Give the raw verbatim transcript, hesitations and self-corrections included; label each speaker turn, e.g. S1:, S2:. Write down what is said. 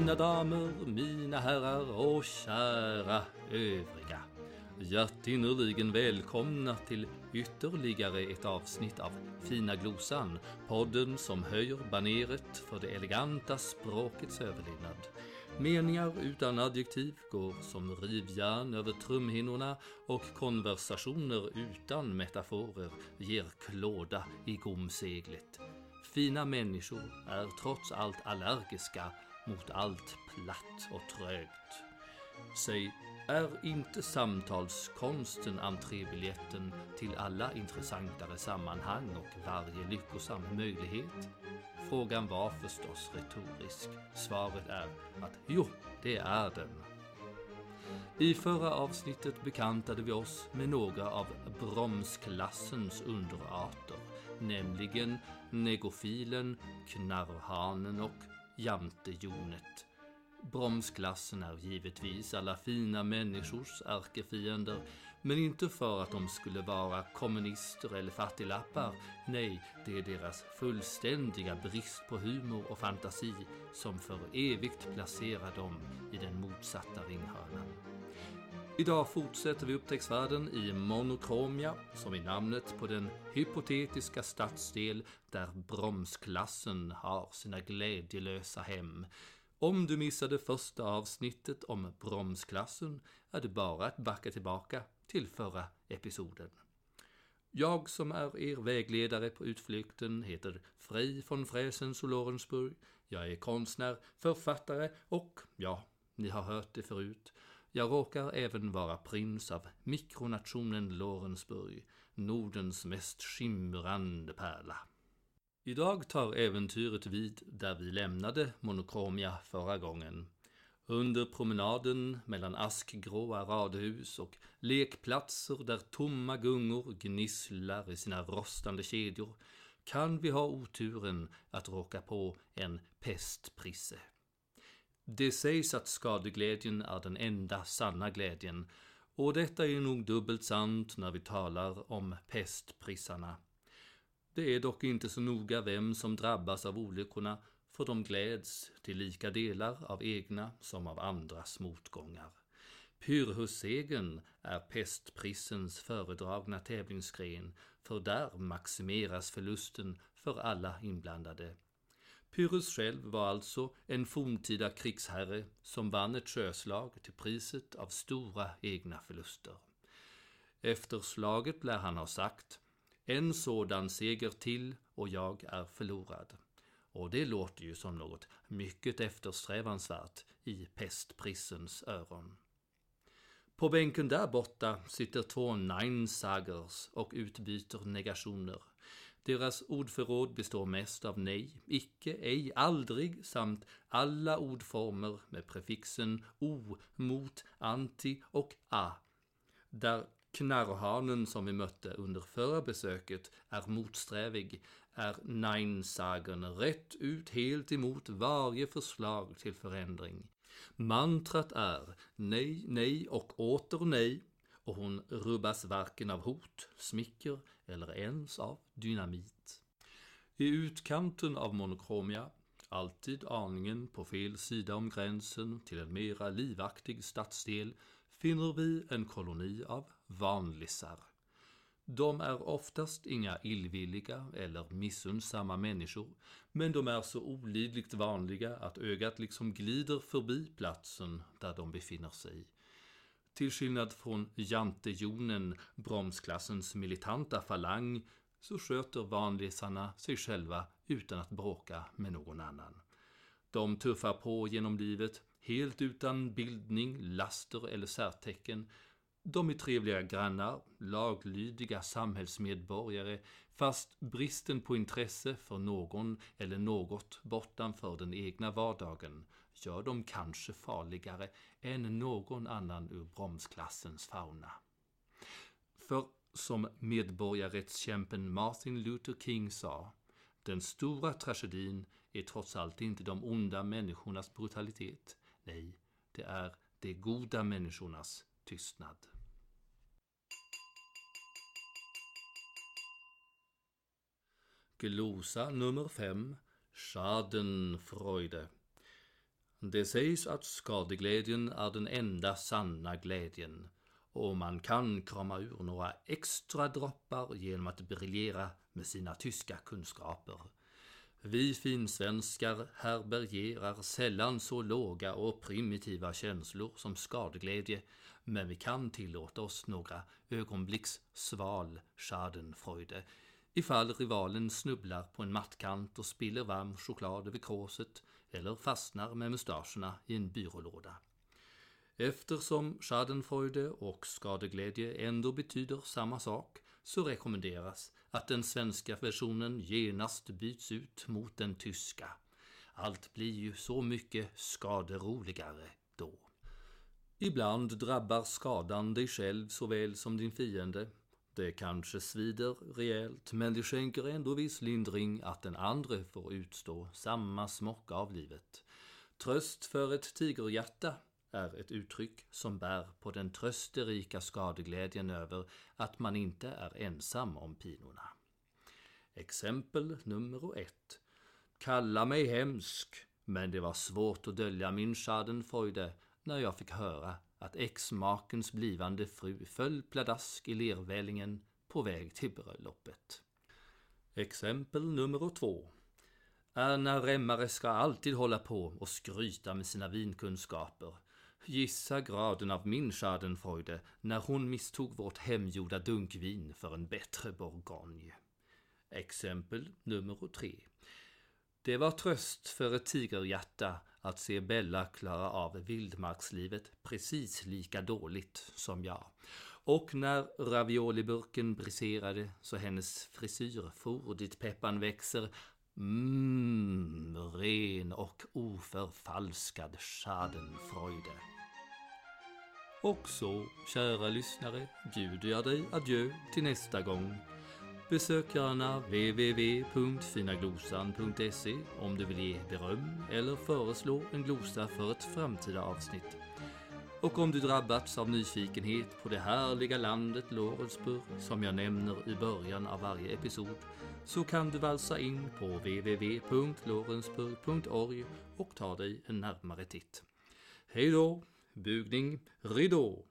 S1: Mina damer, mina herrar och kära övriga. Hjärtinnerligen välkomna till ytterligare ett avsnitt av Fina glosan, podden som höjer baneret för det eleganta språkets överlevnad. Meningar utan adjektiv går som rivjärn över trumhinnorna och konversationer utan metaforer ger klåda i gomseglet. Fina människor är trots allt allergiska mot allt platt och trögt. Säg, är inte samtalskonsten entrébiljetten till alla intressantare sammanhang och varje lyckosam möjlighet? Frågan var förstås retorisk. Svaret är att jo, det är den. I förra avsnittet bekantade vi oss med några av bromsklassens underarter, nämligen negofilen, knarrhanen och jantejonet. Bromsklassen är givetvis alla fina människors ärkefiender, men inte för att de skulle vara kommunister eller fattiglappar. Nej, det är deras fullständiga brist på humor och fantasi som för evigt placerar dem i den motsatta ringhörnan. Idag fortsätter vi upptäcktsfärden i Monokromia, som är namnet på den hypotetiska stadsdel där bromsklassen har sina glädjelösa hem. Om du missade första avsnittet om bromsklassen är det bara att backa tillbaka till förra episoden. Jag som är er vägledare på utflykten heter Frej von Fräsens och Lorensburg. Jag är konstnär, författare och, ja, ni har hört det förut, jag råkar även vara prins av mikronationen Lorensburg, Nordens mest skimrande pärla. Idag tar äventyret vid där vi lämnade Monokromia förra gången. Under promenaden mellan askgråa radhus och lekplatser där tomma gungor gnisslar i sina rostande kedjor kan vi ha oturen att råka på en pestprisse. Det sägs att skadeglädjen är den enda sanna glädjen, och detta är nog dubbelt sant när vi talar om pestprissarna. Det är dock inte så noga vem som drabbas av olyckorna, för de gläds till lika delar av egna som av andras motgångar. Pyrrhussegen är pestprissens föredragna tävlingsgren, för där maximeras förlusten för alla inblandade. Pyrrhus själv var alltså en forntida krigsherre som vann ett sjöslag till priset av stora egna förluster. Efter slaget lär han ha sagt: en sådan seger till och jag är förlorad. Och det låter ju som något mycket eftersträvansvärt i pestprissens öron. På bänken där borta sitter två neinsagers och utbyter negationer. Deras ordförråd består mest av nej, icke, ej, aldrig samt alla ordformer med prefixen o, mot, anti och a. Där knarrhanen som vi mötte under förra besöket är motsträvig, är neinsagern rätt ut helt emot varje förslag till förändring. Mantrat är nej, nej och åter nej, och hon rubbas varken av hot, smicker eller ens av dynamit. I utkanten av Monokromia, alltid aningen på fel sida om gränsen till en mera livaktig stadsdel, finner vi en koloni av vanlisar. De är oftast inga illvilliga eller missunnsamma människor, men de är så olidligt vanliga att ögat liksom glider förbi platsen där de befinner sig. Till skillnad från jantejonen, bromsklassens militanta falang, så sköter vanlisarna sig själva utan att bråka med någon annan. De tuffar på genom livet helt utan bildning, laster eller särtecken. De är trevliga grannar, laglydiga samhällsmedborgare, fast bristen på intresse för någon eller något bortanför den egna vardagen gör dem kanske farligare än någon annan ur bromsklassens fauna. För som medborgarrättskämpen Martin Luther King sa, den stora tragedin är trots allt inte de onda människornas brutalitet, nej, det är de goda människornas tystnad. Glosa nummer fem. Schadenfreude. Det sägs att skadeglädjen är den enda sanna glädjen, och man kan krama ur några extra droppar genom att briljera med sina tyska kunskaper. Vi finsvenskar härbärgerar sällan så låga och primitiva känslor som skadeglädje, men vi kan tillåta oss några ögonblicks sval schadenfreude ifall rivalen snubblar på en mattkant och spiller varm choklad över kråset eller fastnar med mustascherna i en byrålåda. Eftersom schadenfreude och skadeglädje ändå betyder samma sak, så rekommenderas att den svenska versionen genast byts ut mot den tyska. Allt blir ju så mycket skaderoligare då. Ibland drabbar skadan dig själv såväl som din fiende. Det kanske svider rejält, men det skänker ändå viss lindring att den andra får utstå samma smock av livet. Tröst för ett tigerhjärta är ett uttryck som bär på den trösterika skadeglädjen över att man inte är ensam om pinorna. Exempel nummer ett. Kalla mig hemsk, men det var svårt att dölja min schadenfreude när jag fick höra att ex-makens blivande fru föll pladask i lervällingen på väg till bröllopet. Exempel nummer två. Erna Remmare ska alltid hålla på och skryta med sina vinkunskaper. Gissa graden av min schadenfreude när hon misstog vårt hemgjorda dunkvin för en bättre bourgogne. Exempel nummer tre. Det var tröst för ett tigerhjärta att se Bella klara av vildmarkslivet precis lika dåligt som jag. Och när ravioliburken briserade så hennes frisyr for dit peppan växer, mm, ren och oförfalskad schadenfreude. Och så, kära lyssnare, bjuder jag dig adjö till nästa gång. Besök gärna w w w punkt finaglosan punkt se om du vill ge beröm eller föreslå en glosa för ett framtida avsnitt. Och om du drabbats av nyfikenhet på det härliga landet Lorensburg som jag nämner i början av varje episod, så kan du valsa in på w w w punkt lorensburg punkt org och ta dig en närmare titt. Hej då, bugning, ridå!